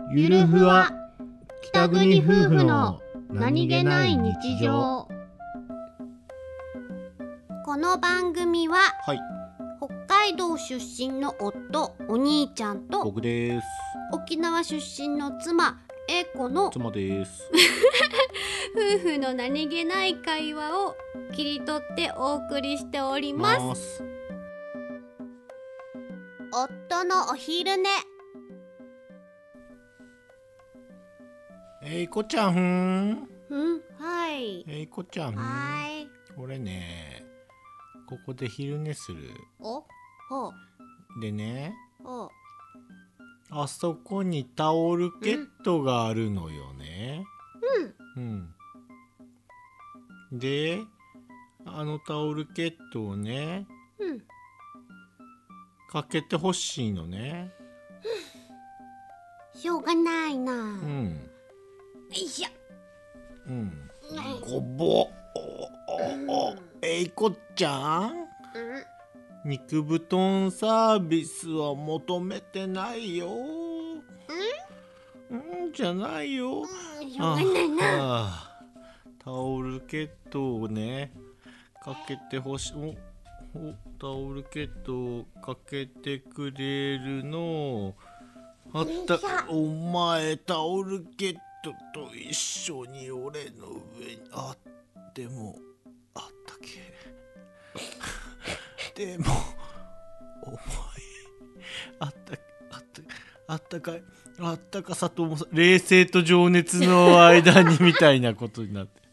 ゆるふわ北国夫婦の何気ない日常。 この番組は、 はい、 北海道出身の夫お兄ちゃんと僕です。 沖縄出身の妻英子の妻です。 夫婦の何気ない会話を切り取ってお送りしております。夫のお昼寝。 いこちゃん、 はい。 いこちゃん、 はい。 俺ね、ここで昼寝する。 ほうでね、 ほう。 あそこにタオルケットがあるのよね。で、あのタオルケットをね、かけてほしいのね。 しょうがないな。よいしょ。 ごぼいこちゃん、肉布団サービスは求めてないよ。じゃないよ。 しょうがないな。 タオルケットをね、かけてほしい。タオルケットをかけてくれるの。お前タオルケットと一緒に俺の上にでもあったけでもお前あったかさと冷静と情熱の間にみたいなことになって